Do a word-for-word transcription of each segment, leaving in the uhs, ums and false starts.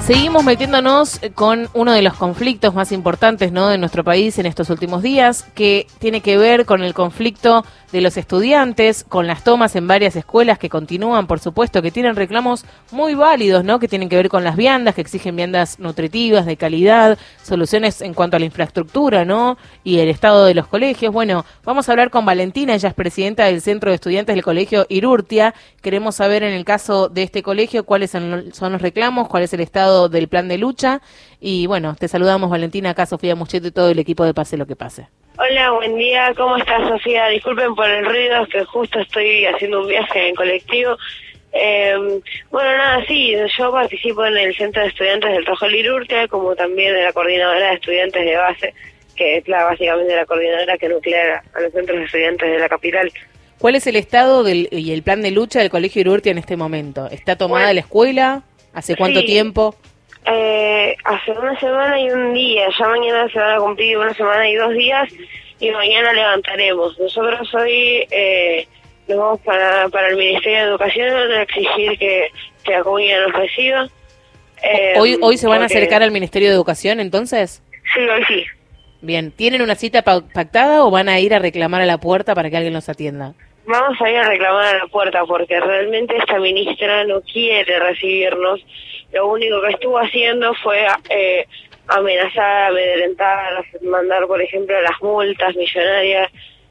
Seguimos metiéndonos con uno de los conflictos más importantes, ¿no?, de nuestro país en estos últimos días, que tiene que ver con el conflicto de los estudiantes, con las tomas en varias escuelas que continúan, por supuesto, que tienen reclamos muy válidos, ¿no?, que tienen que ver con las viandas, que exigen viandas nutritivas, de calidad, soluciones en cuanto a la infraestructura, ¿no?, y el estado de los colegios. Bueno, vamos a hablar con Valentina, ella es presidenta del Centro de Estudiantes del Colegio Irurtia. Queremos saber en el caso de este colegio cuáles son los reclamos, cuál es el estado del plan de lucha. Y bueno, te saludamos, Valentina, acá Sofía Mucheto y todo el equipo de Pase lo que pase. Hola, buen día, ¿cómo estás, Sofía? Disculpen por el ruido, es que justo estoy haciendo un viaje en colectivo. Eh, bueno, nada, sí, yo participo en el Centro de Estudiantes del Rojo Irurtia, como también de la Coordinadora de Estudiantes de Base, que es la, básicamente la coordinadora que nuclea a los centros de estudiantes de la capital. ¿Cuál es el estado del, y el plan de lucha del Colegio Irurtia en este momento? ¿Está tomada bueno, la escuela? ¿Hace cuánto sí. tiempo? Eh, hace una semana y un día, ya mañana se van a cumplir una semana y dos días y mañana levantaremos. Nosotros hoy eh, nos vamos para, para el Ministerio de Educación a exigir que, que Acuña nos reciba. Eh, ¿Hoy, ¿Hoy se van porque... a acercar al Ministerio de Educación entonces? Sí, hoy sí. Bien, ¿tienen una cita pactada o van a ir a reclamar a la puerta para que alguien los atienda? Vamos a ir a reclamar a la puerta porque realmente esta ministra no quiere recibirnos. Lo único que estuvo haciendo fue eh, amenazar, amedrentar, mandar, por ejemplo, las multas millonarias,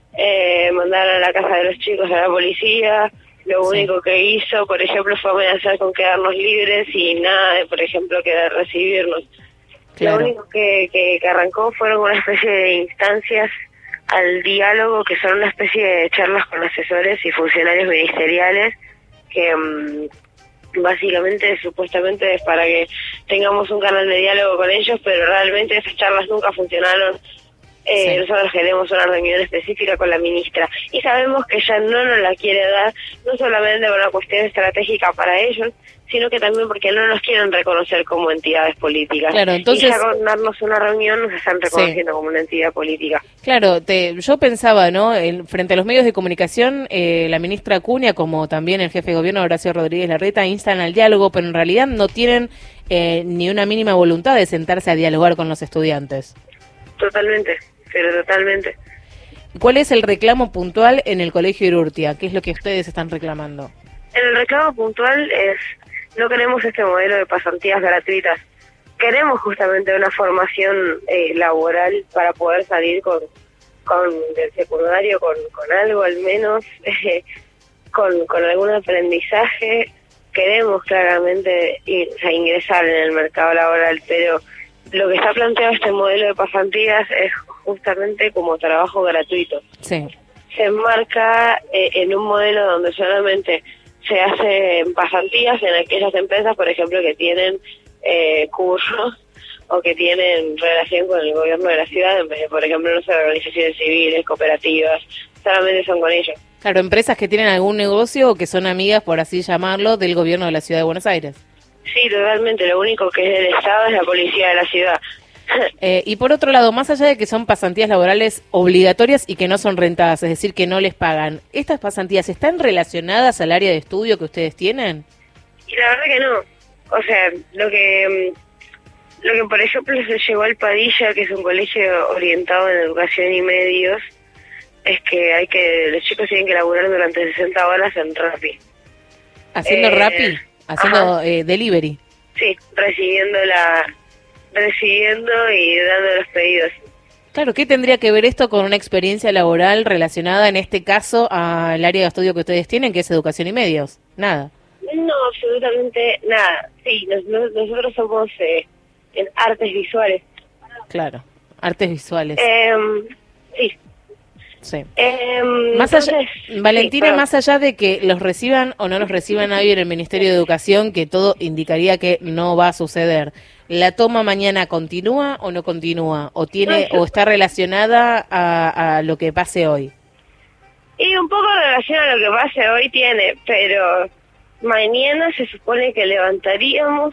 eh, mandar a la casa de los chicos a la policía. Lo sí. único que hizo, por ejemplo, fue amenazar con quedarnos libres y nada de, por ejemplo, querer recibirnos. Claro. Lo único que, que, que arrancó fueron una especie de instancias al diálogo, que son una especie de charlas con asesores y funcionarios ministeriales, que um, básicamente, supuestamente, es para que tengamos un canal de diálogo con ellos, pero realmente esas charlas nunca funcionaron. Eh, sí. Nosotros queremos una reunión específica con la ministra y sabemos que ella no nos la quiere dar, no solamente por una cuestión estratégica para ellos, sino que también porque no nos quieren reconocer como entidades políticas. Claro, entonces, y ya con darnos una reunión nos están reconociendo sí. como una entidad política. Claro, te, yo pensaba, ¿no?, en, frente a los medios de comunicación, eh, la ministra Acuña, como también el jefe de gobierno Horacio Rodríguez Larreta, instan al diálogo, pero en realidad no tienen eh, ni una mínima voluntad de sentarse a dialogar con los estudiantes. Totalmente, pero totalmente. ¿Cuál es el reclamo puntual en el Colegio Irurtia? ¿Qué es lo que ustedes están reclamando? El reclamo puntual es: no queremos este modelo de pasantías gratuitas. Queremos justamente una formación eh, laboral para poder salir con, con del secundario, con, con algo al menos, eh, con, con algún aprendizaje. Queremos claramente ir, o sea, ingresar en el mercado laboral, pero lo que está planteado este modelo de pasantías es justamente como trabajo gratuito. Sí. Se enmarca eh, en un modelo donde solamente se hacen pasantías en aquellas empresas, por ejemplo, que tienen eh, cursos o que tienen relación con el gobierno de la ciudad, en vez de, por ejemplo, no sé, organizaciones civiles, cooperativas, solamente son con ellos. Claro, empresas que tienen algún negocio o que son amigas, por así llamarlo, del gobierno de la ciudad de Buenos Aires. Sí, totalmente. Lo único que es del Estado es la policía de la ciudad. Eh, y por otro lado, más allá de que son pasantías laborales obligatorias y que no son rentadas, es decir, que no les pagan, ¿estas pasantías están relacionadas al área de estudio que ustedes tienen? Y la verdad que no. O sea, lo que lo que por ejemplo se llevó al Padilla, que es un colegio orientado en educación y medios, es que hay que los chicos tienen que laburar durante sesenta horas en Rappi. ¿Haciendo eh, Rappi? ¿Haciendo eh, delivery? Sí, recibiendo la... recibiendo y dando los pedidos. Claro, ¿qué tendría que ver esto con una experiencia laboral relacionada, en este caso, al área de estudio que ustedes tienen, que es educación y medios? Nada. No, absolutamente nada. Sí, nos, nosotros somos eh, en artes visuales. Claro, artes visuales. Eh, sí. Sí. Eh, más entonces, allá, Valentina, sí, más allá de que los reciban o no los reciban hoy en el Ministerio de Educación, que todo indicaría que no va a suceder, ¿la toma mañana continúa o no continúa? ¿O tiene no, o está relacionada a, a lo que pase hoy? Y un poco relación a lo que pase hoy tiene, pero mañana se supone que levantaríamos,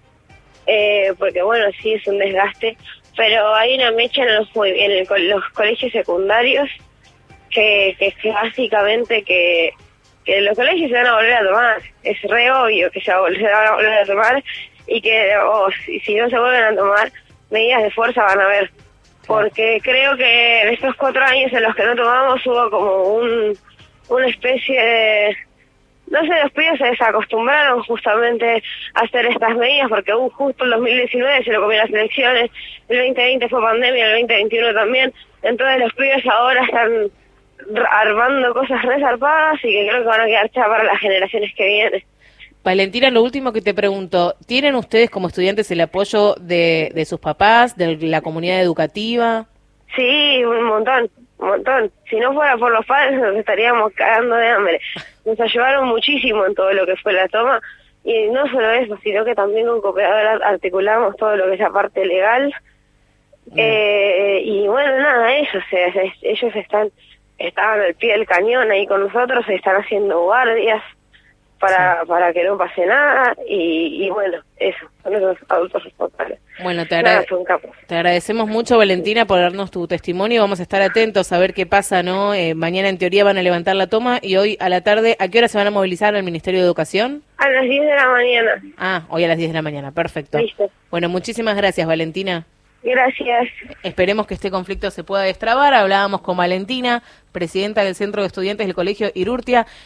eh, porque bueno, sí es un desgaste, pero hay una mecha en los, en el, los colegios secundarios que, que, que básicamente que, que los colegios se van a volver a tomar. Es re obvio que se, va a volver, se van a volver a tomar y que o si, si no se vuelven a tomar medidas de fuerza van a haber. Porque creo que en estos cuatro años en los que no tomamos hubo como un una especie de... No sé, los pibes se desacostumbraron justamente a hacer estas medidas porque uh, justo el dos mil diecinueve se lo comió las elecciones, el veinte veinte fue pandemia, el veinte veintiuno también, entonces los pibes ahora están armando cosas resarpadas y que creo que van a quedar ya para las generaciones que vienen. Valentina, lo último que te pregunto, ¿tienen ustedes como estudiantes el apoyo de, de sus papás, de la comunidad educativa? Sí, un montón, un montón. Si no fuera por los padres nos estaríamos cagando de hambre. Nos ayudaron muchísimo en todo lo que fue la toma y no solo eso, sino que también con Cooperadora articulamos todo lo que es la parte legal. Mm. Eh, y bueno, nada, eso, o sea, ellos están estaban al pie del cañón ahí con nosotros, están haciendo guardias para sí. para que no pase nada y, y bueno, eso, son esos adultos responsables. Bueno, te, agrade te agradecemos mucho, Valentina, por darnos tu testimonio. Vamos a estar atentos a ver qué pasa, ¿no? Eh, mañana en teoría van a levantar la toma y hoy a la tarde, ¿a qué hora se van a movilizar al Ministerio de Educación? A las diez de la mañana. Ah, hoy a las diez de la mañana, perfecto. Listo. Bueno, muchísimas gracias, Valentina. Gracias. Esperemos que este conflicto se pueda destrabar. Hablábamos con Valentina, presidenta del Centro de Estudiantes del Colegio Irurtia.